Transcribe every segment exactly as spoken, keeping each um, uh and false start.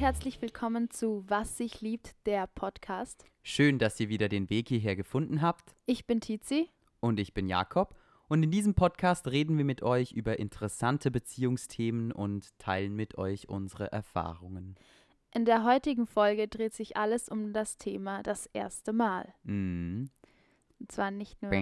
herzlich willkommen zu Was sich liebt, der Podcast. Schön, dass ihr wieder den Weg hierher gefunden habt. Ich bin Tizi. Und ich bin Jakob. Und in diesem Podcast reden wir mit euch über interessante Beziehungsthemen und teilen mit euch unsere Erfahrungen. In der heutigen Folge dreht sich alles um das Thema das erste Mal. Mhm. Und zwar nicht nur,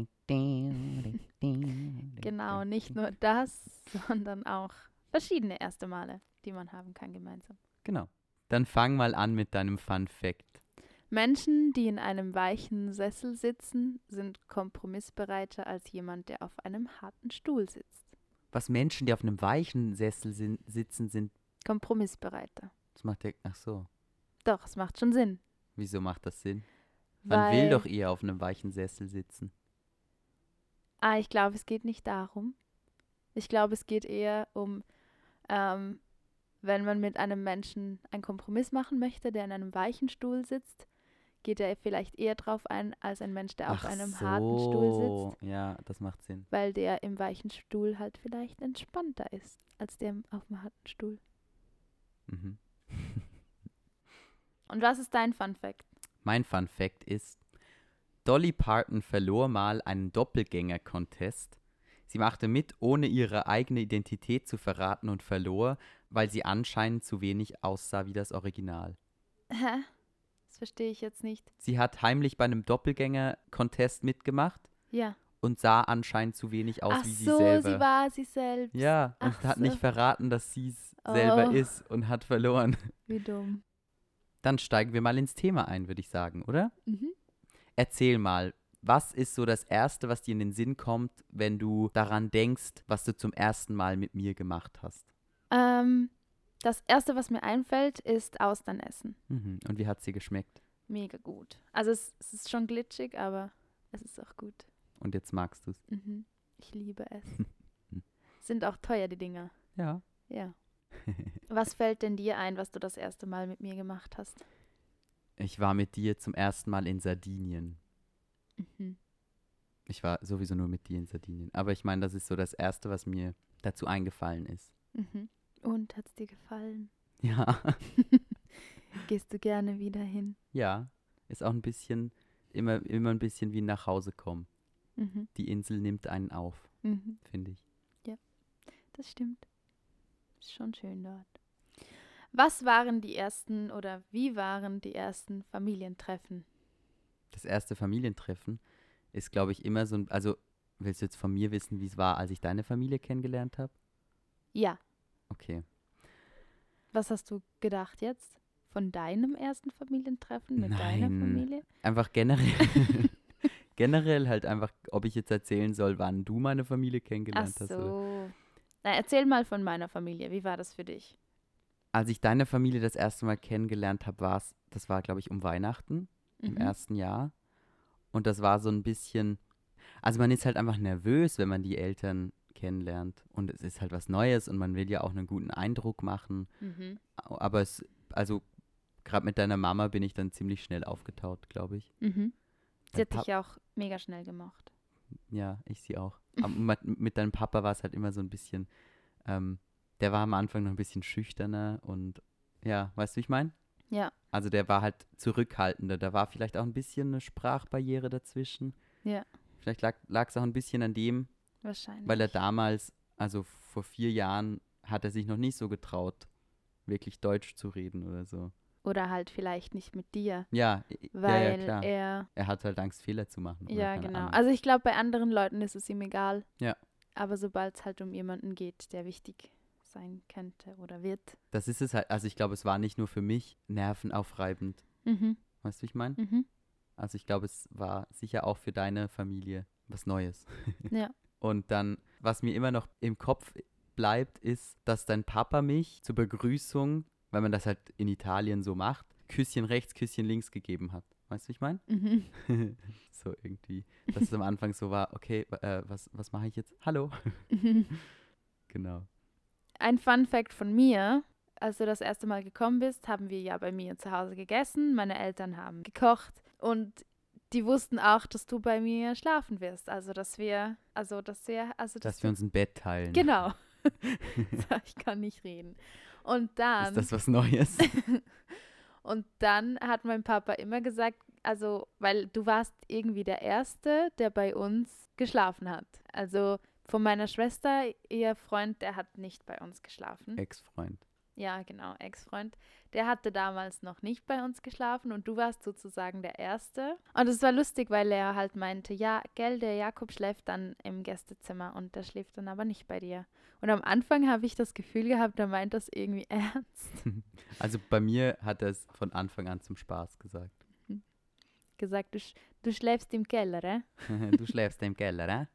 genau, nicht nur das, sondern auch verschiedene erste Male, die man haben kann gemeinsam. Genau. Dann fang mal an mit deinem Fun Fact. Menschen, die in einem weichen Sessel sitzen, sind kompromissbereiter als jemand, der auf einem harten Stuhl sitzt. Was Menschen, die auf einem weichen Sessel sin- sitzen, sind... Kompromissbereiter. Das macht ja... Ach so. Doch, es macht schon Sinn. Wieso macht das Sinn? Man Weil, will doch eher auf einem weichen Sessel sitzen. Ah, ich glaube, es geht nicht darum. Ich glaube, es geht eher um, ähm, wenn man mit einem Menschen einen Kompromiss machen möchte, der in einem weichen Stuhl sitzt, geht er vielleicht eher drauf ein, als ein Mensch, der auf Ach einem so. harten Stuhl sitzt, Ja, das macht Sinn. weil der im weichen Stuhl halt vielleicht entspannter ist, als der auf dem harten Stuhl. Mhm. Und was ist dein Fun Fact? Mein Fun Fact ist, Dolly Parton verlor mal einen Doppelgänger-Contest. Sie machte mit, ohne ihre eigene Identität zu verraten und verlor, weil sie anscheinend zu wenig aussah wie das Original. Hä? Das verstehe ich jetzt nicht. Sie hat heimlich bei einem Doppelgänger-Contest mitgemacht Ja. und sah anscheinend zu wenig aus Ach wie sie so, selber. sie war sie selbst. Ja, und Ach hat so. nicht verraten, dass sie es selber Oh. ist und hat verloren. Wie dumm. Dann steigen wir mal ins Thema ein, würde ich sagen, oder? Mhm. Erzähl mal, was ist so das Erste, was dir in den Sinn kommt, wenn du daran denkst, was du zum ersten Mal mit mir gemacht hast? Ähm, das Erste, was mir einfällt, ist Austern essen. Mhm. Und wie hat sie geschmeckt? Mega gut. Also es, es ist schon glitschig, aber es ist auch gut. Und jetzt magst du es? Mhm. Ich liebe es. Sind auch teuer, die Dinger. Ja. Ja. Was fällt denn dir ein, was du das erste Mal mit mir gemacht hast? Ich war mit dir zum ersten Mal in Sardinien. Mhm. Ich war sowieso nur mit dir in Sardinien. Aber ich meine, das ist so das Erste, was mir dazu eingefallen ist. Mhm. Und hat's dir gefallen? Ja. Gehst du gerne wieder hin? Ja. Ist auch ein bisschen, immer, immer ein bisschen wie nach Hause kommen. Mhm. Die Insel nimmt einen auf, Mhm. finde ich. Das stimmt. Ist schon schön dort. Was waren die ersten oder wie waren die ersten Familientreffen? Das erste Familientreffen ist, glaube ich, immer so ein, also willst du jetzt von mir wissen, wie es war, als ich deine Familie kennengelernt habe? Ja. Okay. Was hast du gedacht jetzt? Von deinem ersten Familientreffen mit deiner Nein. Familie? Einfach generell, generell halt einfach, ob ich jetzt erzählen soll, wann du meine Familie Ach kennengelernt hast. Oder? so. Na, erzähl mal von meiner Familie. Wie war das für dich? Als ich deine Familie das erste Mal kennengelernt habe, war es, das war, glaube ich, um Weihnachten im Mhm. ersten Jahr. Und das war so ein bisschen, also man ist halt einfach nervös, wenn man die Eltern kennenlernt. Und es ist halt was Neues und man will ja auch einen guten Eindruck machen. Mhm. Aber es, also gerade mit deiner Mama bin ich dann ziemlich schnell aufgetaut, glaube ich. Mhm. Sie Dein hat Pap- dich ja auch mega schnell gemocht. Ja, ich sie auch. Aber mit, mit deinem Papa war es halt immer so ein bisschen, ähm, der war am Anfang noch ein bisschen schüchterner und ja, weißt du, wie ich meine? Ja. Also der war halt zurückhaltender. Da war vielleicht auch ein bisschen eine Sprachbarriere dazwischen. Ja. Vielleicht lag es auch ein bisschen an dem, Wahrscheinlich. weil er damals, also vor vier Jahren, hat er sich noch nicht so getraut, wirklich Deutsch zu reden oder so. Oder halt vielleicht nicht mit dir. Ja, i- Weil ja, ja, klar. er. Er hat halt Angst, Fehler zu machen. oder Ja, keine genau. Ahnung. Also ich glaube, bei anderen Leuten ist es ihm egal. Ja. Aber sobald es halt um jemanden geht, der wichtig sein könnte oder wird. Das ist es halt, also ich glaube, es war nicht nur für mich nervenaufreibend. Mhm. Weißt du, wie ich meine? Mhm. Also ich glaube, es war sicher auch für deine Familie was Neues. Ja. Und dann, was mir immer noch im Kopf bleibt, ist, dass dein Papa mich zur Begrüßung, weil man das halt in Italien so macht, Küsschen rechts, Küsschen links gegeben hat. Weißt du, wie ich meine? Mhm. So irgendwie. Dass es am Anfang so war, okay, äh, was, was mache ich jetzt? Hallo. Genau. Ein Fun Fact von mir. Als du das erste Mal gekommen bist, haben wir ja bei mir zu Hause gegessen. Meine Eltern haben gekocht und die wussten auch, dass du bei mir schlafen wirst. Also, dass wir, also, dass wir, also, Dass dass wir du, uns ein Bett teilen. genau. So, ich kann nicht reden. Und dann, Ist das was Neues? und dann hat mein Papa immer gesagt, also, weil du warst irgendwie der Erste, der bei uns geschlafen hat. Also von meiner Schwester, ihr Freund, der hat nicht bei uns geschlafen. Ex-Freund. Ja, genau, Ex-Freund. Der hatte damals noch nicht bei uns geschlafen und du warst sozusagen der Erste. Und es war lustig, weil er halt meinte, ja, gell, der Jakob schläft dann im Gästezimmer und der schläft dann aber nicht bei dir. Und am Anfang habe ich das Gefühl gehabt, er meint das irgendwie ernst. Also bei mir hat er es von Anfang an zum Spaß gesagt. Gesagt, du, sch du schläfst im Keller, äh? Du schläfst im Keller,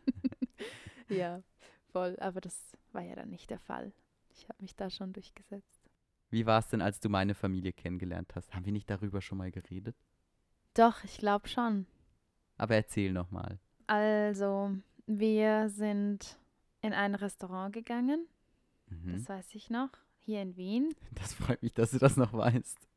äh? Ja, voll. Aber das war ja dann nicht der Fall. Ich habe mich da schon durchgesetzt. Wie war es denn, als du meine Familie kennengelernt hast? Haben wir nicht darüber schon mal geredet? Doch, ich glaube schon. Aber erzähl noch mal. Also, wir sind in ein Restaurant gegangen, Mhm. das weiß ich noch, hier in Wien. Das freut mich, dass du das noch weißt.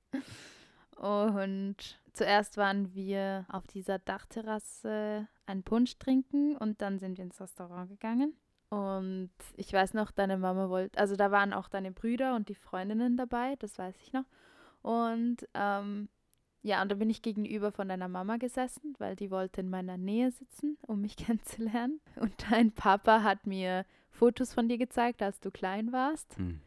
Und zuerst waren wir auf dieser Dachterrasse einen Punsch trinken und dann sind wir ins Restaurant gegangen. Und ich weiß noch, deine Mama wollte, also da waren auch deine Brüder und die Freundinnen dabei, das weiß ich noch. Und ähm, ja, und da bin ich gegenüber von deiner Mama gesessen, weil die wollte in meiner Nähe sitzen, um mich kennenzulernen. Und dein Papa hat mir Fotos von dir gezeigt, als du klein warst, Hm.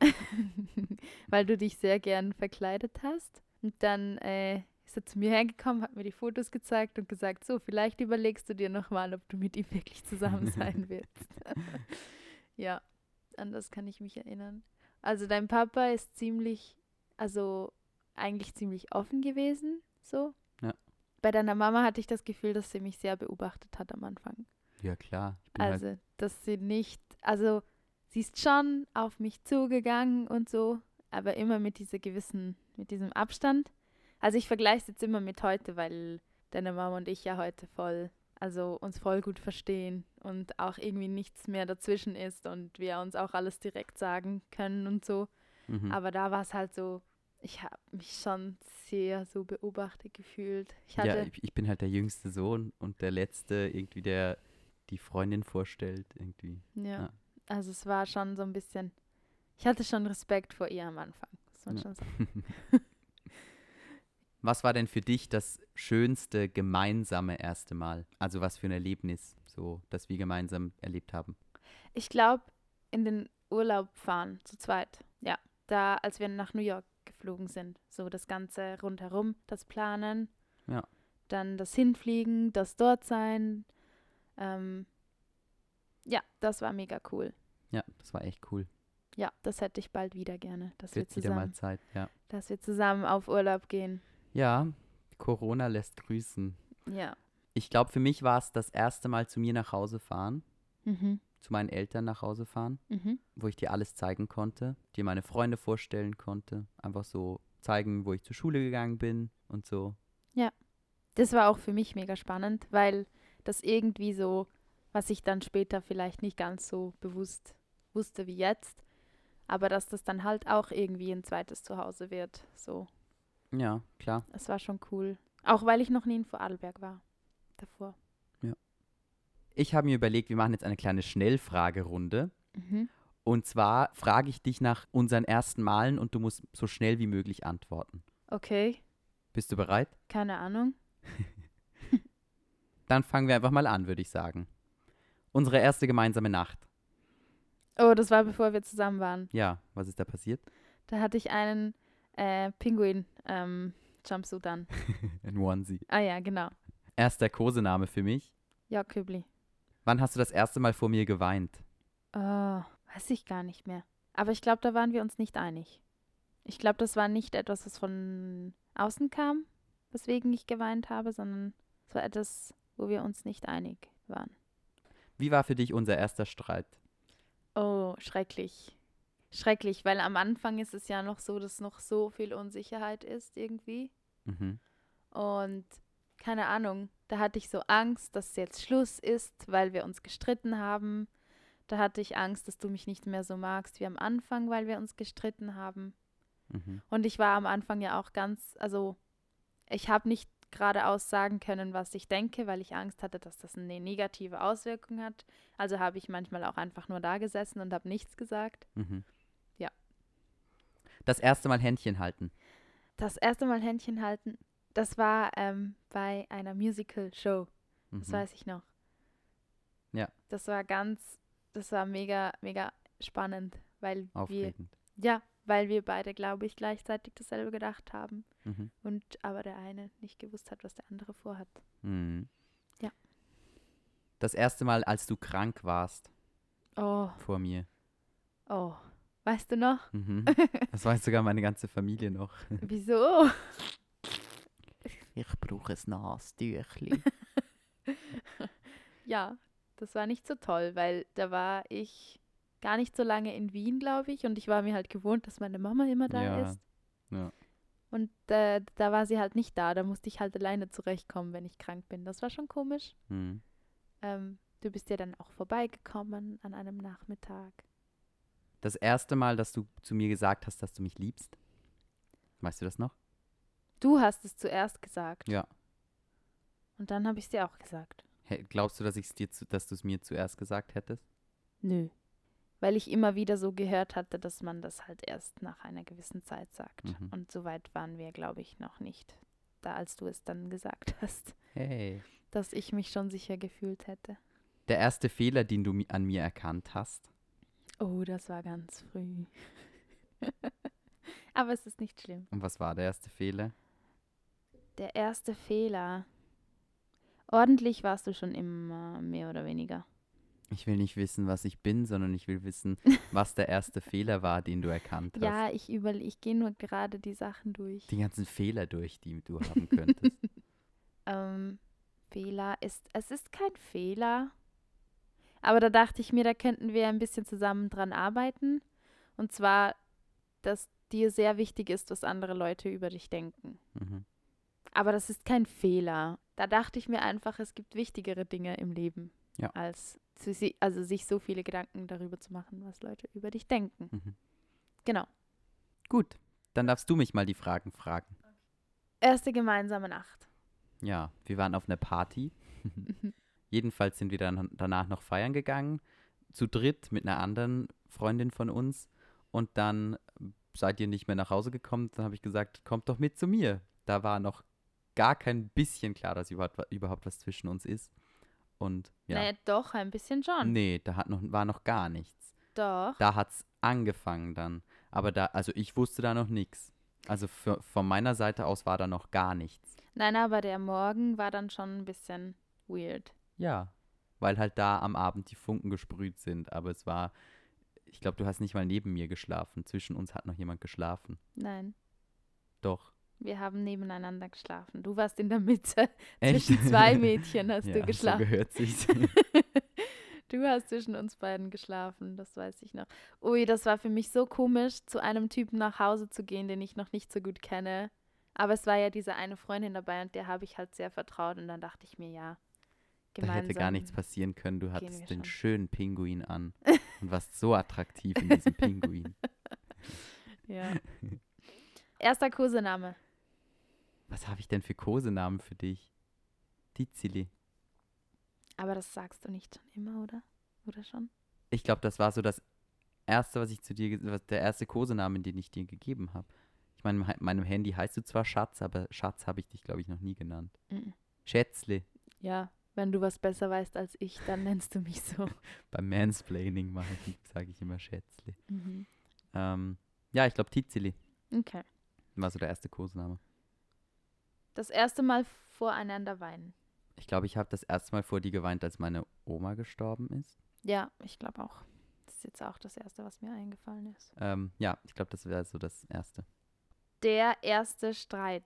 weil du dich sehr gern verkleidet hast. Und dann äh, ist er zu mir hergekommen, hat mir die Fotos gezeigt und gesagt, so, vielleicht überlegst du dir nochmal, ob du mit ihm wirklich zusammen sein willst. Ja, an das kann ich mich erinnern. Also dein Papa ist ziemlich, also eigentlich ziemlich offen gewesen, so. Ja. Bei deiner Mama hatte ich das Gefühl, dass sie mich sehr beobachtet hat am Anfang. Ja, klar. Ich bin halt, Also, dass sie nicht, also sie ist schon auf mich zugegangen und so, aber immer mit dieser gewissen, mit diesem Abstand. Also ich vergleiche es jetzt immer mit heute, weil deine Mama und ich ja heute voll, also uns voll gut verstehen und auch irgendwie nichts mehr dazwischen ist und wir uns auch alles direkt sagen können und so. mhm. Aber da war es halt so, ich habe mich schon sehr so beobachtet gefühlt. Ich Ja, hatte, ich, ich bin halt der jüngste Sohn und der Letzte irgendwie, der die Freundin vorstellt irgendwie. ja, ja. also es war schon so ein bisschen, ich hatte schon Respekt vor ihr am Anfang, muss man Ja. schon sagen. Was war denn für dich das schönste gemeinsame erste Mal? Also was für ein Erlebnis, so, das wir gemeinsam erlebt haben? Ich glaube, in den Urlaub fahren, zu zweit. Ja, da, als wir nach New York geflogen sind. So das Ganze rundherum, das Planen. Ja. Dann das Hinfliegen, das Dortsein. Ähm, ja, das war mega cool. Ja, das war echt cool. Ja, das hätte ich bald wieder gerne, dass wir Wird wieder mal zusammen, Zeit, ja. dass wir zusammen auf Urlaub gehen. Ja, Corona lässt grüßen. Ja. Ich glaube, für mich war es das erste Mal zu mir nach Hause fahren, Mhm. zu meinen Eltern nach Hause fahren, Mhm. wo ich dir alles zeigen konnte, dir meine Freunde vorstellen konnte, einfach so zeigen, wo ich zur Schule gegangen bin und so. Das war auch für mich mega spannend, weil das irgendwie so, was ich dann später vielleicht nicht ganz so bewusst wusste wie jetzt, aber dass das dann halt auch irgendwie ein zweites Zuhause wird. So, Ja, klar. es war schon cool. Auch weil ich noch nie in Vorarlberg war davor. Ich habe mir überlegt, wir machen jetzt eine kleine Schnellfragerunde. Mhm. Und zwar frage ich dich nach unseren ersten Malen und du musst so schnell wie möglich antworten. Okay, Bist du bereit? keine Ahnung. Dann fangen wir einfach mal an, würde ich sagen. Unsere erste gemeinsame Nacht. Oh, das war bevor wir zusammen waren. Ja, was ist da passiert? Da hatte ich einen äh, Pinguin ähm, Jumpsuit an. Ein Onesie. Ah ja, genau. Erster Kosename für mich. Jaköbli. Wann hast du das erste Mal vor mir geweint? Oh, weiß ich gar nicht mehr. Aber ich glaube, da waren wir uns nicht einig. Ich glaube, das war nicht etwas, was von außen kam, weswegen ich geweint habe, sondern es war etwas, wo wir uns nicht einig waren. Wie war für dich unser erster Streit? Oh, schrecklich. Schrecklich, weil am Anfang ist es ja noch so, dass noch so viel Unsicherheit ist irgendwie. Mhm. Und keine Ahnung, da hatte ich so Angst, dass jetzt Schluss ist, weil wir uns gestritten haben. Da hatte ich Angst, dass du mich nicht mehr so magst wie am Anfang, weil wir uns gestritten haben. Mhm. Und ich war am Anfang ja auch ganz, also ich habe nicht geradeaus sagen können, was ich denke, weil ich Angst hatte, dass das eine negative Auswirkung hat. Also habe ich manchmal auch einfach nur da gesessen und habe nichts gesagt. Mhm. Ja. Das erste Mal Händchen halten. Das erste Mal Händchen halten, das war ähm, bei einer Musical-Show. Das Mhm. weiß ich noch. Ja. Das war ganz, das war mega, mega spannend, weil wir, Aufregend. ja, weil wir beide, glaube ich, gleichzeitig dasselbe gedacht haben Mhm. und aber der eine nicht gewusst hat, was der andere vorhat. Mhm. Ja. Das erste Mal, als du krank warst Oh, vor mir. oh, weißt du noch? Mhm. Das weiß sogar meine ganze Familie noch. Wieso? Ich brauche ein Nasentüchli. Ja, das war nicht so toll, weil da war ich gar nicht so lange in Wien, glaube ich, und ich war mir halt gewohnt, dass meine Mama immer da Ja, ist. ja. Und äh, da war sie halt nicht da, da musste ich halt alleine zurechtkommen, wenn ich krank bin. Das war schon komisch. Mhm. Ähm, du bist ja dann auch vorbeigekommen an einem Nachmittag. Das erste Mal, dass du zu mir gesagt hast, dass du mich liebst. Weißt du das noch? Du hast es zuerst gesagt. Ja. Und dann habe ich es dir auch gesagt. Hey, glaubst du, dass ich's dir zu, dass du es mir zuerst gesagt hättest? Nö. Weil ich immer wieder so gehört hatte, dass man das halt erst nach einer gewissen Zeit sagt. Mhm. Und so weit waren wir, glaube ich, noch nicht. Da, als du es dann gesagt hast, Hey. dass ich mich schon sicher gefühlt hätte. Der erste Fehler, den du mi- an mir erkannt hast. Oh, das war ganz früh. Aber es ist nicht schlimm. Und was war der erste Fehler? Der erste Fehler. Ordentlich warst du schon immer, mehr oder weniger. Ich will nicht wissen, was ich bin, sondern ich will wissen, was der erste Fehler war, den du erkannt hast. Ja, ich überle ich gehe nur gerade die Sachen durch. Die ganzen Fehler durch, die du haben könntest. Ähm, Fehler ist, es ist kein Fehler. Aber da dachte ich mir, da könnten wir ein bisschen zusammen dran arbeiten. Und zwar, dass dir sehr wichtig ist, was andere Leute über dich denken. Mhm. Aber das ist kein Fehler. Da dachte ich mir einfach, es gibt wichtigere Dinge im Leben, Ja. als zu, si- also sich so viele Gedanken darüber zu machen, was Leute über dich denken. Mhm. Genau. Gut, dann darfst du mich mal die Fragen fragen. Erste gemeinsame Nacht. Ja, wir waren auf einer Party. Jedenfalls sind wir dann danach noch feiern gegangen. Zu dritt mit einer anderen Freundin von uns. Und dann seid ihr nicht mehr nach Hause gekommen. Dann habe ich gesagt, kommt doch mit zu mir. Da war noch gar kein bisschen klar, dass überhaupt, überhaupt was zwischen uns ist. Und ja, Nee, doch, ein bisschen schon. nee, da hat noch, war noch gar nichts. Doch. Da hat es angefangen dann. Aber da, also ich wusste da noch nichts. Also für, von meiner Seite aus war da noch gar nichts. Nein, aber der Morgen war dann schon ein bisschen weird. Ja, weil halt da am Abend die Funken gesprüht sind. Aber es war, ich glaube, du hast nicht mal neben mir geschlafen. Zwischen uns hat noch jemand geschlafen. Nein, Doch. wir haben nebeneinander geschlafen. Du warst in der Mitte. Echt? Zwischen zwei Mädchen hast ja, du geschlafen. So gehört sich's. Du hast zwischen uns beiden geschlafen, das weiß ich noch. Ui, das war für mich so komisch, zu einem Typen nach Hause zu gehen, den ich noch nicht so gut kenne. Aber es war ja diese eine Freundin dabei und der habe ich halt sehr vertraut und dann dachte ich mir, ja, Da gemeinsam. hätte gar nichts passieren können. Du gehen hattest wir den schon. schönen Pinguin an und warst so attraktiv in diesem Pinguin. Ja. Erster Kosename. Was habe ich denn für Kosenamen für dich? Tizili. Aber das sagst du nicht schon immer, oder? Oder schon? Ich glaube, das war so das erste, was ich zu dir, ge- was, der erste Kosenamen, den ich dir gegeben habe. Ich meine, in meinem Handy heißt du zwar Schatz, aber Schatz habe ich dich, glaube ich, noch nie genannt. Mhm. Schätzle. Ja, wenn du was besser weißt als ich, dann nennst du mich so. Beim Mansplaining sage ich immer Schätzle. Mhm. Ähm, ja, ich glaube Tizili Okay. war so der erste Kosename. Das erste Mal voreinander weinen. Ich glaube, ich habe das erste Mal vor dir geweint, als meine Oma gestorben ist. Ja, ich glaube auch. Das ist jetzt auch das Erste, was mir eingefallen ist. Ähm, ja, ich glaube, das wäre so das erste. Der erste Streit.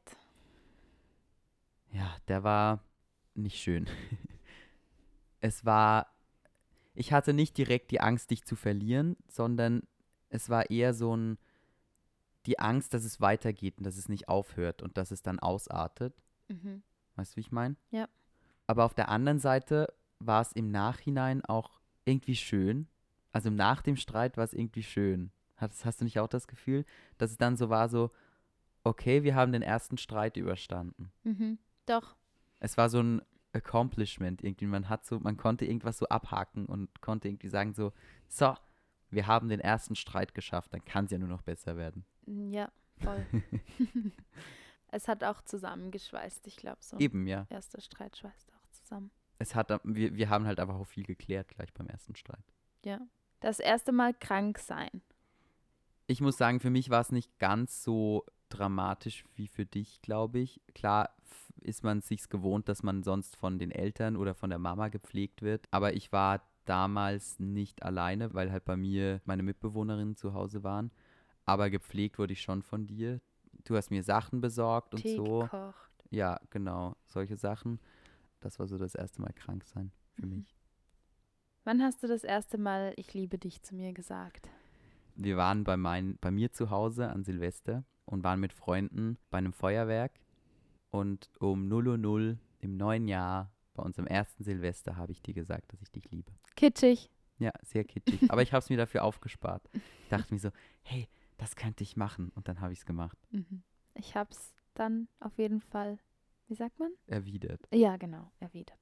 Ja, der war nicht schön. Es war, ich hatte nicht direkt die Angst, dich zu verlieren, sondern es war eher so ein, die Angst, dass es weitergeht und dass es nicht aufhört und dass es dann ausartet. Mhm. Weißt du, wie ich meine? Ja. Aber auf der anderen Seite war es im Nachhinein auch irgendwie schön. Also nach dem Streit war es irgendwie schön. Hast, hast du nicht auch das Gefühl, dass es dann so war, so, okay, wir haben den ersten Streit überstanden. Mhm. Doch. Es war so ein Accomplishment irgendwie. Man hat so, man konnte irgendwas so abhaken und konnte irgendwie sagen so, so, wir haben den ersten Streit geschafft, dann kann es ja nur noch besser werden. Ja, voll. Es hat auch zusammengeschweißt, ich glaube, so ein Eben, ja. erster Streit schweißt auch zusammen. Es hat, wir, wir haben halt einfach auch viel geklärt gleich beim ersten Streit. Ja. Das erste Mal krank sein. Ich muss sagen, für mich war es nicht ganz so dramatisch wie für dich, glaube ich. Klar f- ist man sich's gewohnt, dass man sonst von den Eltern oder von der Mama gepflegt wird. Aber ich war damals nicht alleine, weil halt bei mir meine Mitbewohnerinnen zu Hause waren. Aber gepflegt wurde ich schon von dir. Du hast mir Sachen besorgt und Tee so. gekocht. Ja, genau, solche Sachen. Das war so das erste Mal krank sein für Mhm. mich. Wann hast du das erste Mal Ich liebe dich zu mir gesagt? Wir waren bei, mein, bei mir zu Hause an Silvester und waren mit Freunden bei einem Feuerwerk. Und um null Uhr null im neuen Jahr, bei unserem ersten Silvester, habe ich dir gesagt, dass ich dich liebe. Kitschig. Ja, sehr kitschig. Aber ich habe es mir dafür aufgespart. Ich dachte mir so, hey, das könnte ich machen. Und dann habe ich es gemacht. Mhm. Ich hab's dann auf jeden Fall, wie sagt man? Erwidert. Ja, genau, erwidert.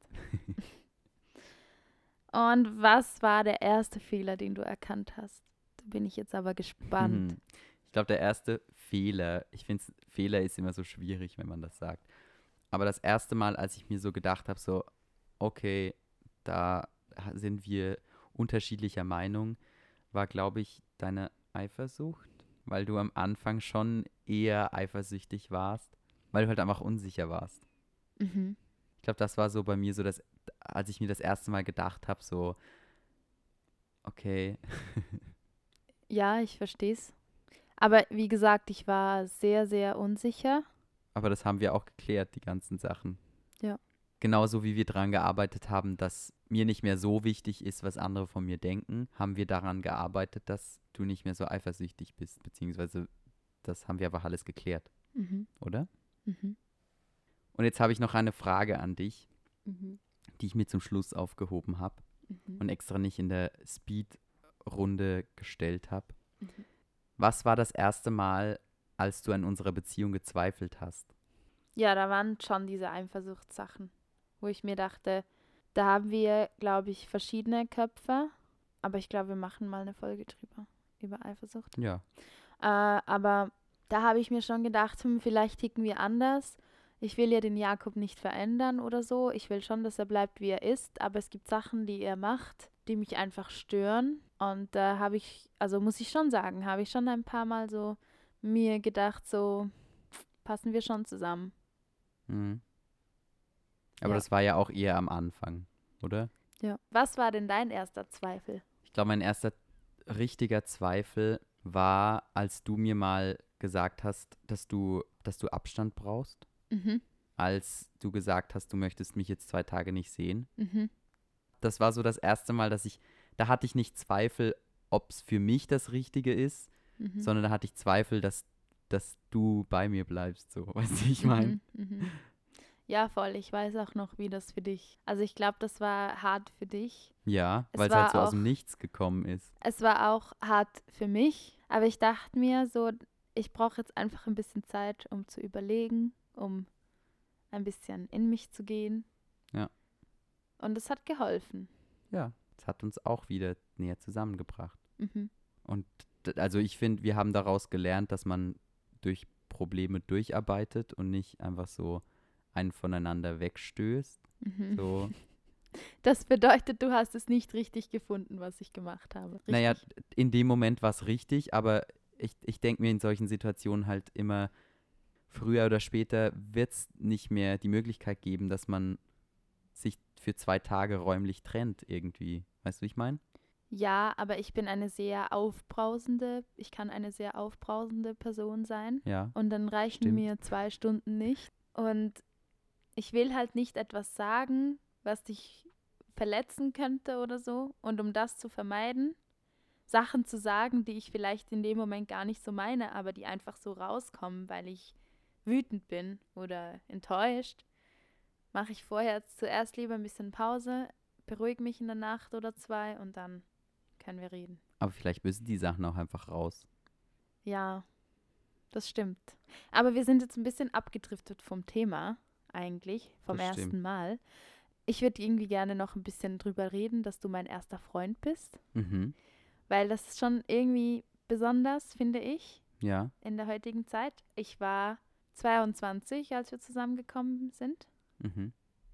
Und was war der erste Fehler, den du erkannt hast? Da bin ich jetzt aber gespannt. Hm. Ich glaube, der erste Fehler, ich finde, Fehler ist immer so schwierig, wenn man das sagt. Aber das erste Mal, als ich mir so gedacht habe, so, okay, da ha- sind wir unterschiedlicher Meinung, war, glaube ich, deine Eifersucht, weil du am Anfang schon eher eifersüchtig warst, weil du halt einfach unsicher warst. Mhm. Ich glaube, das war so bei mir so, dass, als ich mir das erste Mal gedacht habe, so, okay, Ja, ich verstehe es. Aber wie gesagt, ich war sehr, sehr unsicher. aber das haben wir auch geklärt, die ganzen Sachen. Ja. Genauso wie wir daran gearbeitet haben, dass mir nicht mehr so wichtig ist, was andere von mir denken, haben wir daran gearbeitet, dass du nicht mehr so eifersüchtig bist, beziehungsweise das haben wir aber alles geklärt, Mhm. oder? Mhm. Und jetzt habe ich noch eine Frage an dich, Mhm. die ich mir zum Schluss aufgehoben habe Mhm. und extra nicht in der Speed-Runde gestellt habe. Mhm. Was war das erste Mal, als du an unserer Beziehung gezweifelt hast? Ja, da waren schon diese Eifersuchtssachen, wo ich mir dachte, da haben wir, glaube ich, verschiedene Köpfe. Aber ich glaube, wir machen mal eine Folge drüber, über Eifersucht. Ja, Äh, aber da habe ich mir schon gedacht, hm, vielleicht ticken wir anders. Ich will ja den Jakob nicht verändern oder so. Ich will schon, dass er bleibt, wie er ist. Aber es gibt Sachen, die er macht, die mich einfach stören. Und da habe ich, also muss ich schon sagen, habe ich schon ein paar Mal so mir gedacht, so passen wir schon zusammen. mhm. Aber Ja. das war ja auch eher am Anfang, oder? Ja. Was war denn dein erster Zweifel? Ich glaube, mein erster richtiger Zweifel war, als du mir mal gesagt hast, dass du, dass du Abstand brauchst. Mhm. Als du gesagt hast, du möchtest mich jetzt zwei Tage nicht sehen. Mhm. Das war so das erste Mal, dass ich, da hatte ich nicht Zweifel, ob es für mich das Richtige ist, Mhm. sondern da hatte ich Zweifel, dass, dass du bei mir bleibst. So, weißt du, wie ich meine? Mhm. Mhm. Ja, voll. Ich weiß auch noch, wie das für dich. Also ich glaube, das war hart für dich. Ja, Es weil es halt war so aus auch- dem Nichts gekommen ist. Es war auch hart für mich, aber ich dachte mir so, ich brauche jetzt einfach ein bisschen Zeit, um zu überlegen, um ein bisschen in mich zu gehen. Ja. Und es hat geholfen. Ja, es hat uns auch wieder näher zusammengebracht. Mhm. Und d- also ich finde, wir haben daraus gelernt, dass man durch Probleme durcharbeitet und nicht einfach so einen voneinander wegstößt. Mhm. So, Das bedeutet, du hast es nicht richtig gefunden, was ich gemacht habe. Richtig? naja, in dem Moment war es richtig, aber ich, ich denke mir in solchen Situationen halt immer, früher oder später wird es nicht mehr die Möglichkeit geben, dass man sich für zwei Tage räumlich trennt irgendwie. Weißt du, wie ich meine? Ja, aber ich bin eine sehr aufbrausende, ich kann eine sehr aufbrausende Person sein. Ja, Und dann reichen stimmt. mir zwei Stunden nicht. Und ich will halt nicht etwas sagen, was dich verletzen könnte oder so. Und um das zu vermeiden, Sachen zu sagen, die ich vielleicht in dem Moment gar nicht so meine, aber die einfach so rauskommen, weil ich wütend bin oder enttäuscht, mache ich vorher jetzt zuerst lieber ein bisschen Pause, beruhige mich in der Nacht oder zwei und dann können wir reden. Aber vielleicht müssen die Sachen auch einfach raus. Ja, das stimmt. Aber wir sind jetzt ein bisschen abgedriftet vom Thema eigentlich, vom Das ersten stimmt. Mal. Ich würde irgendwie gerne noch ein bisschen drüber reden, dass du mein erster Freund bist, Mhm. weil das ist schon irgendwie besonders, finde ich. Ja. in der heutigen Zeit. Ich war zweiundzwanzig, als wir zusammengekommen sind. Mhm.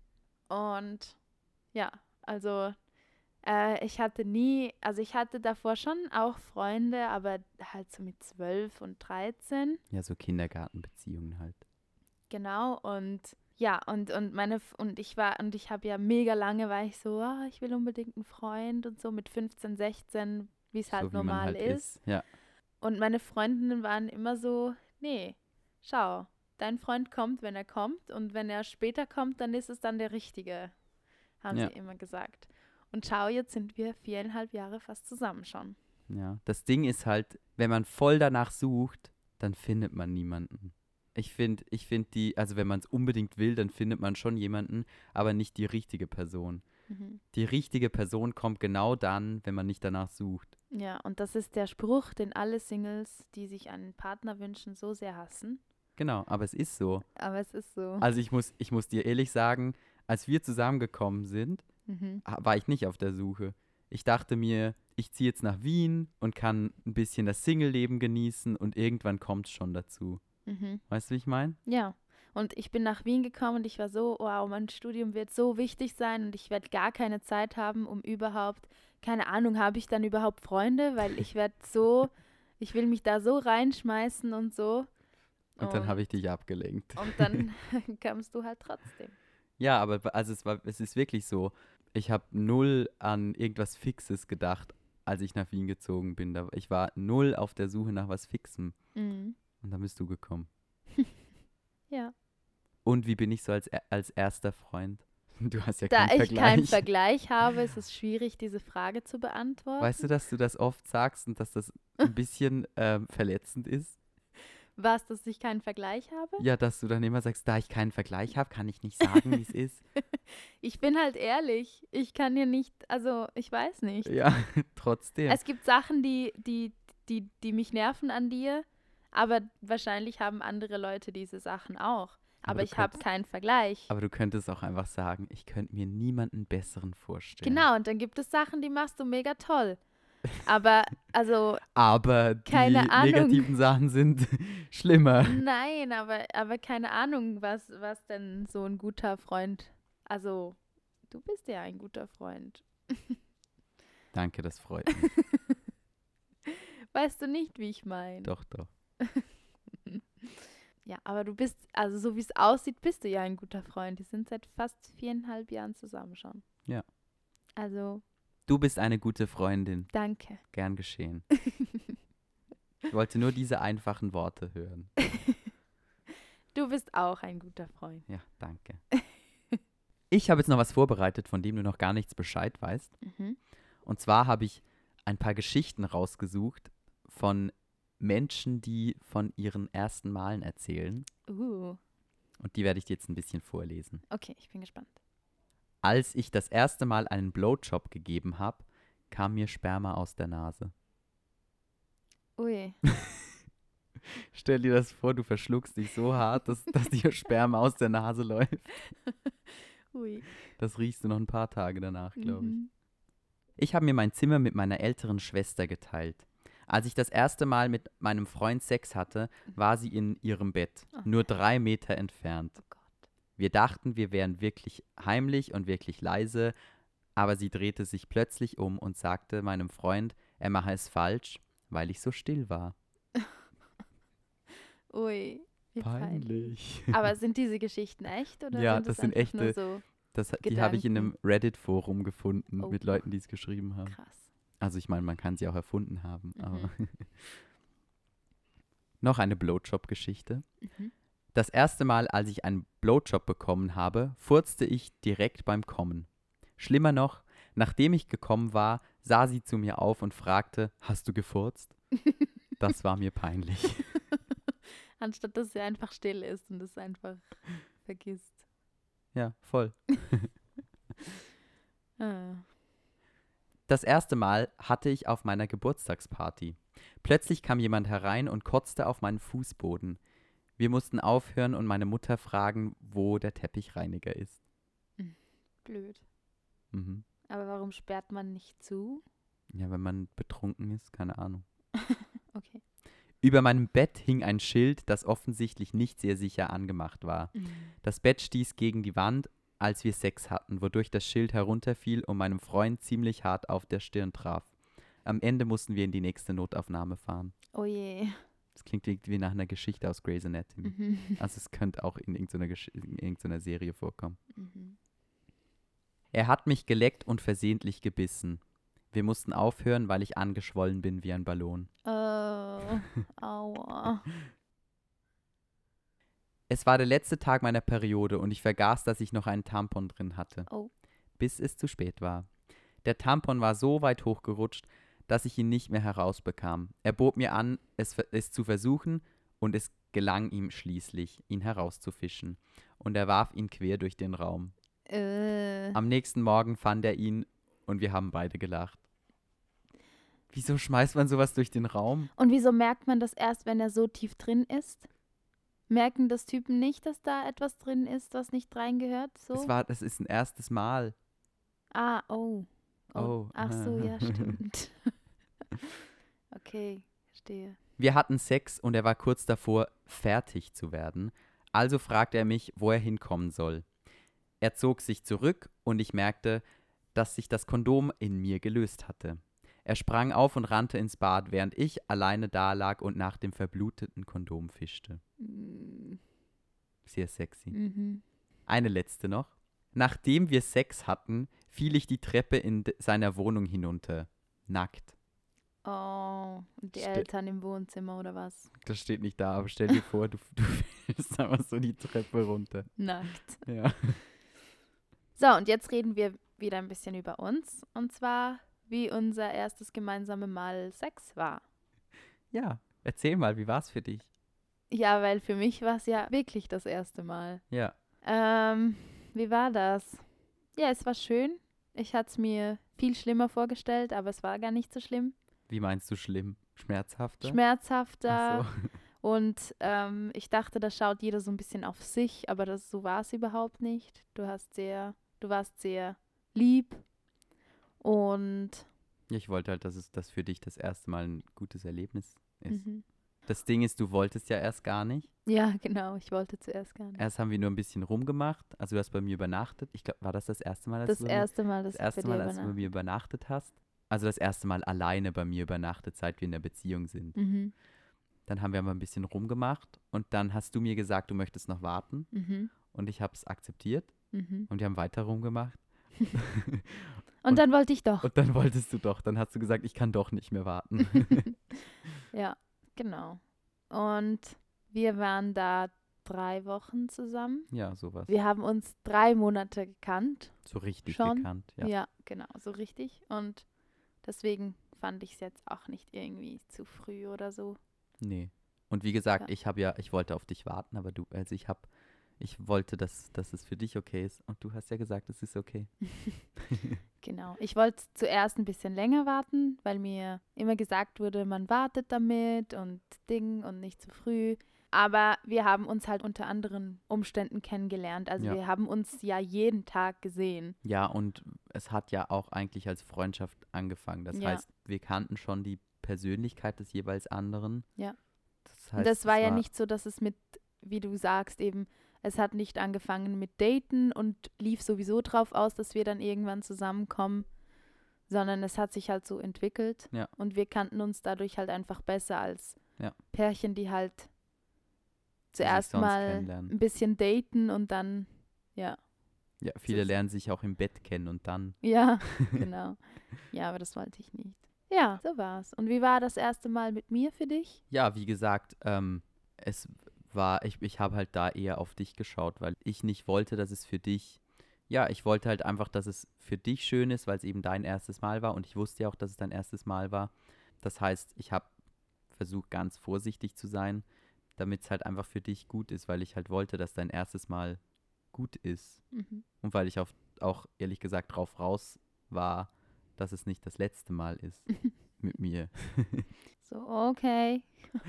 Und ja, also äh, ich hatte nie, also ich hatte davor schon auch Freunde, aber halt so mit zwölf und dreizehn. Ja, so Kindergartenbeziehungen halt. Genau, und ja, und, und meine, F- und ich war, und ich habe ja mega lange, war ich so, ah, ich will unbedingt einen Freund und so mit fünfzehn, sechzehn, wie es halt So wie man normal halt ist. ist. Ja. Und meine Freundinnen waren immer so, nee, schau, dein Freund kommt, wenn er kommt, und wenn er später kommt, dann ist es dann der Richtige, haben sie Ja. immer gesagt. Und schau, jetzt sind wir viereinhalb Jahre fast zusammen schon. Ja. Das Ding ist halt, wenn man voll danach sucht, dann findet man niemanden. Ich finde, ich finde die, also wenn man es unbedingt will, dann findet man schon jemanden, aber nicht die richtige Person. Mhm. Die richtige Person kommt genau dann, wenn man nicht danach sucht. Ja, und das ist der Spruch, den alle Singles, die sich einen Partner wünschen, so sehr hassen. Genau, aber es ist so. Aber es ist so. Also ich muss, ich muss dir ehrlich sagen, als wir zusammengekommen sind, Mhm. ha- war ich nicht auf der Suche. Ich dachte mir, ich ziehe jetzt nach Wien und kann ein bisschen das Single-Leben genießen und irgendwann kommt es schon dazu. Mhm. Weißt du, wie ich meine? Ja, und ich bin nach Wien gekommen und ich war so, wow, mein Studium wird so wichtig sein und ich werde gar keine Zeit haben, um überhaupt, keine Ahnung, habe ich dann überhaupt Freunde, weil ich werde so, ich will mich da so reinschmeißen und so. Und dann habe ich dich abgelenkt. Und dann kamst du halt trotzdem. Ja, aber b- also es war, es ist wirklich so. Ich habe null an irgendwas Fixes gedacht, als ich nach Wien gezogen bin. Da, ich war null auf der Suche nach was Fixem. Mhm. Und dann bist du gekommen. Ja. Und wie bin ich so als, er- als erster Freund? Du hast ja Da keinen ich keinen Vergleich. Vergleich habe, ist es schwierig, diese Frage zu beantworten. Weißt du, dass du das oft sagst und dass das ein bisschen ähm, verletzend ist? Was, dass ich keinen Vergleich habe? Ja, dass du dann immer sagst, da ich keinen Vergleich habe, kann ich nicht sagen, wie es ist. Ich bin halt ehrlich. Ich kann dir nicht, also ich weiß nicht. Ja, trotzdem. Es gibt Sachen, die, die, die, die mich nerven an dir, aber wahrscheinlich haben andere Leute diese Sachen auch. Aber Aber du ich habe könntest- keinen Vergleich. Aber du könntest auch einfach sagen, ich könnte mir niemanden besseren vorstellen. Genau, und dann gibt es Sachen, die machst du mega toll. Aber, also, Aber die Keine Ahnung. negativen Sachen sind schlimmer. nein, aber, aber keine Ahnung, was, was denn so ein guter Freund, also, du bist ja ein guter Freund. Danke, das freut mich. Weißt du nicht, wie ich meine? Doch, doch. Ja, aber du bist, also so wie es aussieht, bist du ja ein guter Freund. Die sind seit fast viereinhalb Jahren zusammen schon. Ja. Also, Du bist eine gute Freundin. danke. Gern geschehen. Ich wollte nur diese einfachen Worte hören. Du bist auch ein guter Freund. Ja, danke. Ich habe jetzt noch was vorbereitet, von dem du noch gar nichts Bescheid weißt. Mhm. Und zwar habe ich ein paar Geschichten rausgesucht von Menschen, die von ihren ersten Malen erzählen. Uh, Und die werde ich dir jetzt ein bisschen vorlesen. okay, ich bin gespannt. Als ich das erste Mal einen Blowjob gegeben habe, kam mir Sperma aus der Nase. Ui, Stell dir das vor, du verschluckst dich so hart, dass, dass dir Sperma aus der Nase läuft. ui. Das riechst du noch ein paar Tage danach, glaube ich. Mhm. Ich habe mir mein Zimmer mit meiner älteren Schwester geteilt. Als ich das erste Mal mit meinem Freund Sex hatte, war sie in ihrem Bett, Oh nur drei Meter entfernt. Oh Gott. Wir dachten, wir wären wirklich heimlich und wirklich leise, aber sie drehte sich plötzlich um und sagte meinem Freund, er mache es falsch, weil ich so still war. Ui, wie peinlich. Peinlich. Aber sind diese Geschichten echt oder Ja, sind das das sind einfach nur echte- so Das, die habe ich in einem Gedanken. Reddit-Forum gefunden Oh. mit Leuten, die es geschrieben haben. krass? Also ich meine, man kann sie auch erfunden haben. Mhm. Aber noch eine Blowjob-Geschichte. Mhm. Das erste Mal, als ich einen Blowjob bekommen habe, furzte ich direkt beim Kommen. Schlimmer noch, nachdem ich gekommen war, sah sie zu mir auf und fragte, hast du gefurzt? Das war mir peinlich. Anstatt dass sie einfach still ist und es einfach vergisst. Ja, voll. Ah. Das erste Mal hatte ich auf meiner Geburtstagsparty. Plötzlich kam jemand herein und kotzte auf meinen Fußboden. Wir mussten aufhören und meine Mutter fragen, wo der Teppichreiniger ist. Blöd. Mhm. Aber warum sperrt man nicht zu? Ja, wenn man betrunken ist, keine Ahnung. Okay. Über meinem Bett hing ein Schild, das offensichtlich nicht sehr sicher angemacht war. Mhm. Das Bett stieß gegen die Wand, als wir Sex hatten, wodurch das Schild herunterfiel und meinem Freund ziemlich hart auf der Stirn traf. Am Ende mussten wir in die nächste Notaufnahme fahren. Oh je. Das klingt irgendwie nach einer Geschichte aus Grey's Anatomy. Mhm. Also es könnte auch in irgendeiner, Gesch- in irgendeiner Serie vorkommen. Mhm. Er hat mich geleckt und versehentlich gebissen. Wir mussten aufhören, weil ich angeschwollen bin wie ein Ballon. Oh, aua. Es war der letzte Tag meiner Periode und ich vergaß, dass ich noch einen Tampon drin hatte. Oh. Bis es zu spät war. Der Tampon war so weit hochgerutscht, dass ich ihn nicht mehr herausbekam. Er bot mir an, es, es zu versuchen, und es gelang ihm schließlich, ihn herauszufischen. Und er warf ihn quer durch den Raum. Äh. Am nächsten Morgen fand er ihn und wir haben beide gelacht. Wieso schmeißt man sowas durch den Raum? Und wieso merkt man das erst, wenn er so tief drin ist? Merken das Typen nicht, dass da etwas drin ist, was nicht reingehört? So? Das war, das ist ein erstes Mal. Ah, oh. oh. Oh. Ach so, ja, stimmt. Okay, verstehe. Wir hatten Sex und er war kurz davor, fertig zu werden. Also fragte er mich, wo er hinkommen soll. Er zog sich zurück und ich merkte, dass sich das Kondom in mir gelöst hatte. Er sprang auf und rannte ins Bad, während ich alleine dalag und nach dem verbluteten Kondom fischte. Mm, Sehr sexy. Mhm. Eine letzte noch. Nachdem wir Sex hatten, fiel ich die Treppe in de- seiner Wohnung hinunter. Nackt. Oh, und die Ste- Eltern im Wohnzimmer oder was? Das steht nicht da, aber stell dir vor, du, du fällst einfach so die Treppe runter. Nackt. Ja. So, und jetzt reden wir wieder ein bisschen über uns. Und zwar, wie unser erstes gemeinsames Mal Sex war. Ja, erzähl mal, wie war's für dich? Ja, weil für mich war es ja wirklich das erste Mal. Ja. Ähm, wie war das? Ja, es war schön. Ich hatte es mir viel schlimmer vorgestellt, aber es war gar nicht so schlimm. Wie meinst du schlimm? Schmerzhafter? Schmerzhafter. Ach so. Und ähm, ich dachte, da schaut jeder so ein bisschen auf sich, aber das, so war es überhaupt nicht. Du hast sehr, du warst sehr lieb und Ja, ich wollte halt, dass es das für dich das erste Mal ein gutes Erlebnis ist. mhm. Das Ding ist, du wolltest ja erst gar nicht. Ja, genau, ich wollte zuerst gar nicht. Erst haben wir nur ein bisschen rumgemacht. Also du hast bei mir übernachtet. Ich glaube, war das das erste Mal, als Das du bei mir, erste Mal, dass das erste ich bei Mal, dir als du bei übernahm. mir übernachtet hast? Also das erste Mal alleine bei mir übernachtet, seit wir in der Beziehung sind. Mhm. Dann haben wir mal ein bisschen rumgemacht und dann hast du mir gesagt, du möchtest noch warten Mhm. und ich habe es akzeptiert Mhm. und wir haben weiter rumgemacht. Und, Und- dann wollte ich doch. Und dann wolltest du doch, dann hast du gesagt, ich kann doch nicht mehr warten. Ja, genau. Und wir waren da drei Wochen zusammen. Ja, sowas. Wir haben uns drei Monate gekannt. So richtig Schon? gekannt, ja. Ja, genau, so richtig. Und deswegen fand ich es jetzt auch nicht irgendwie zu früh oder so. Nee. Und wie gesagt, Ja. ich habe ja, ich wollte auf dich warten, aber du, also ich habe, ich wollte, dass, dass es für dich okay ist. Und du hast ja gesagt, es ist okay. Genau. Ich wollte zuerst ein bisschen länger warten, weil mir immer gesagt wurde, man wartet damit und Ding und nicht zu früh. Aber wir haben uns halt unter anderen Umständen kennengelernt. Also Ja. wir haben uns ja jeden Tag gesehen. Ja, und es hat ja auch eigentlich als Freundschaft angefangen. Das Ja. heißt, wir kannten schon die Persönlichkeit des jeweils anderen. Ja. Das Und heißt, das war es ja nicht so, dass es mit, wie du sagst, eben, es hat nicht angefangen mit Daten und lief sowieso drauf aus, dass wir dann irgendwann zusammenkommen, sondern es hat sich halt so entwickelt. Ja. Und wir kannten uns dadurch halt einfach besser als Ja. Pärchen, die halt sich zuerst sonst mal kennenlernen. ein bisschen daten und dann, ja, Ja, viele ist- lernen sich auch im Bett kennen und dann. ja, genau. Ja, aber das wollte ich nicht. Ja, so war's. Und wie war das erste Mal mit mir für dich? Ja, wie gesagt, ähm, es war, ich, ich habe halt da eher auf dich geschaut, weil ich nicht wollte, dass es für dich, ja, ich wollte halt einfach, dass es für dich schön ist, weil es eben dein erstes Mal war und ich wusste ja auch, dass es dein erstes Mal war. Das heißt, ich habe versucht, ganz vorsichtig zu sein, damit es halt einfach für dich gut ist, weil ich halt wollte, dass dein erstes Mal gut ist. Mhm. Und weil ich auf, auch ehrlich gesagt drauf raus war, dass es nicht das letzte Mal ist mit mir. So, okay.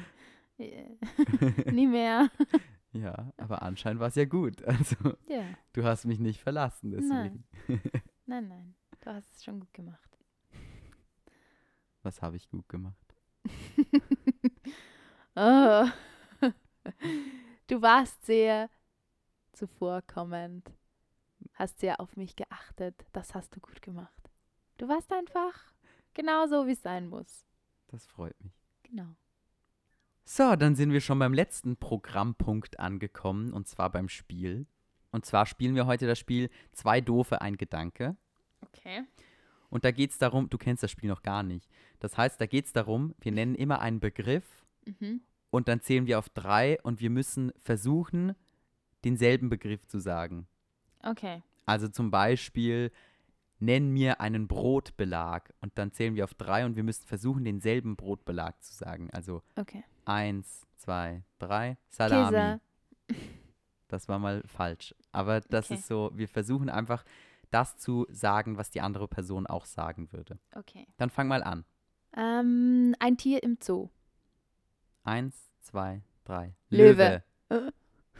Nie mehr. Ja, aber anscheinend war es ja gut. Also Ja, du hast mich nicht verlassen, deswegen. nein, nein. Du hast es schon gut gemacht. Was habe ich gut gemacht? Oh. Du warst sehr zuvorkommend. Hast sehr auf mich geachtet. Das hast du gut gemacht. Du warst einfach genau so, wie es sein muss. Das freut mich. Genau. So, dann sind wir schon beim letzten Programmpunkt angekommen, und zwar beim Spiel. Und zwar spielen wir heute das Spiel Zwei Doofe, ein Gedanke. Okay. Und da geht es darum, du kennst das Spiel noch gar nicht. Das heißt, da geht es darum, wir nennen immer einen Begriff Mhm. und dann zählen wir auf drei und wir müssen versuchen, denselben Begriff zu sagen. Okay. Also zum Beispiel, nenn mir einen Brotbelag und dann zählen wir auf drei und wir müssen versuchen, denselben Brotbelag zu sagen. Also Okay. eins, zwei, drei, Salami. Käse. Das war mal falsch. Aber das Okay. ist so, wir versuchen einfach, das zu sagen, was die andere Person auch sagen würde. Okay. Dann fang mal an. Ähm, ein Tier im Zoo. Eins, zwei, drei. Löwe. Löwe.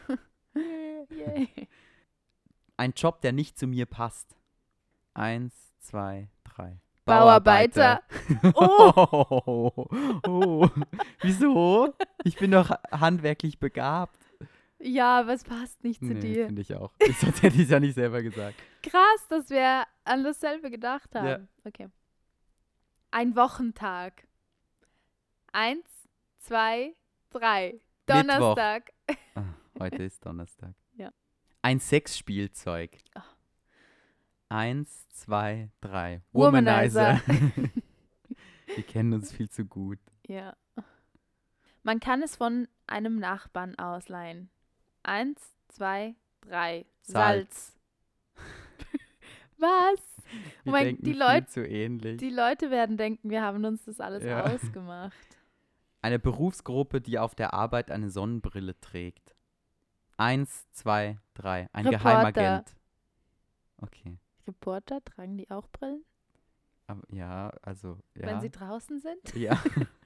Yay. Ein Job, der nicht zu mir passt. Eins, zwei, drei. Bauarbeiter. Oh. Oh. Wieso? Ich bin doch handwerklich begabt. Ja, aber es passt nicht zu Nee, dir. finde ich auch. Ich, sonst hätte ich es ja nicht selber gesagt. Krass, dass wir an dasselbe gedacht haben. Ja. Okay. Ein Wochentag. Eins, zwei, drei. Mittwoch. Donnerstag. Ah, heute ist Donnerstag. Ja. Ein Sexspielzeug. Ah. Eins, zwei, drei. Womanizer. Womanizer. Wir kennen uns viel zu gut. Ja. Man kann es von einem Nachbarn ausleihen. Eins, zwei, drei. Salz. Salz. Was? Wir Mein- denken die viel Leut- zu ähnlich. Die Leute werden denken, wir haben uns das alles Ja. ausgemacht. Eine Berufsgruppe, die auf der Arbeit eine Sonnenbrille trägt. Eins, zwei, drei. Ein Reporter. Geheimagent. Okay. Reporter, tragen die auch Brillen, Aber, ja, also, ja. wenn sie draußen sind? ja.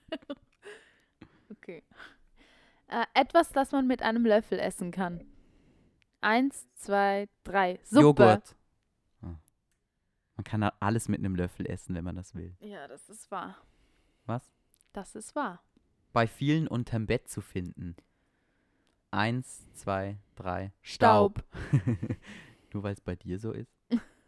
Okay. Äh, etwas, das man mit einem Löffel essen kann. Eins, zwei, drei. Suppe. Joghurt. Ah. Man kann da alles mit einem Löffel essen, wenn man das will. Ja, das ist wahr. Was? Das ist wahr. Bei vielen unterm Bett zu finden. Eins, zwei, drei. Staub. Nur weil es bei dir so ist.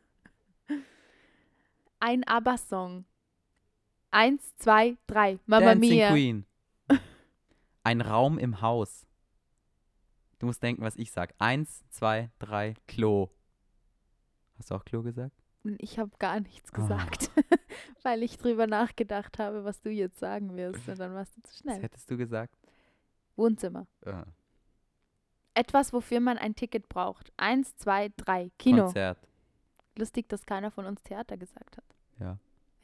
Ein ABBA-Song. Eins, zwei, drei. Mamma Dancing Mia. Queen. Ein Raum im Haus. Du musst denken, was ich sag. Eins, zwei, drei. Klo. Hast du auch Klo gesagt? Ich habe gar nichts Ah. gesagt, weil ich drüber nachgedacht habe, was du jetzt sagen wirst. Und dann warst du zu Was schnell. hättest du gesagt? Wohnzimmer. Ah, Etwas, wofür man ein Ticket braucht. Eins, zwei, drei. Kino. Konzert. Lustig, dass keiner von uns Theater gesagt hat. Ja.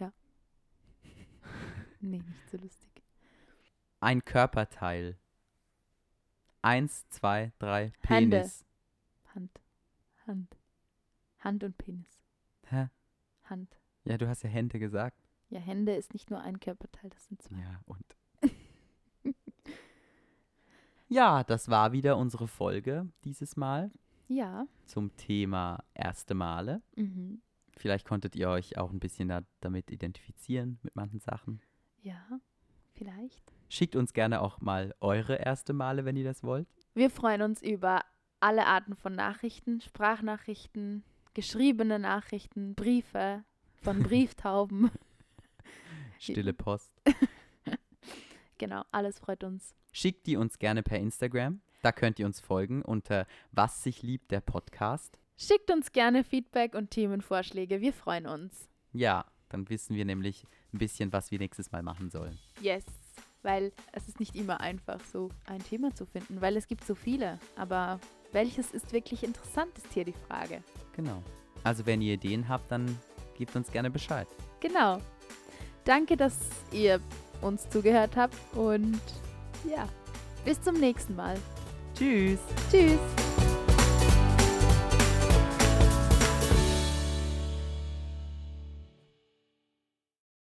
Nee, nicht so lustig. Ein Körperteil. Eins, zwei, drei. Hände. Penis. Hand. Hand. Hand und Penis. Hä? Hand. Ja, du hast ja Hände gesagt. Ja, Hände ist nicht nur ein Körperteil, das sind zwei. Ja, und? Ja, das war wieder unsere Folge dieses Mal Ja. zum Thema erste Male. Mhm. Vielleicht konntet ihr euch auch ein bisschen da, damit identifizieren mit manchen Sachen. Ja, vielleicht. Schickt uns gerne auch mal eure erste Male, wenn ihr das wollt. Wir freuen uns über alle Arten von Nachrichten, Sprachnachrichten, geschriebene Nachrichten, Briefe von Brieftauben. Stille Post. Genau, alles freut uns. Schickt die uns gerne per Instagram. Da könnt ihr uns folgen unter Was sich liebt, der Podcast. Schickt uns gerne Feedback und Themenvorschläge. Wir freuen uns. Ja, dann wissen wir nämlich ein bisschen, was wir nächstes Mal machen sollen. Yes, weil es ist nicht immer einfach, so ein Thema zu finden, weil es gibt so viele. Aber welches ist wirklich interessant, ist hier die Frage. Genau. Also wenn ihr Ideen habt, dann gebt uns gerne Bescheid. Genau. Danke, dass ihr uns zugehört habt und ja, bis zum nächsten Mal. Tschüss. Tschüss.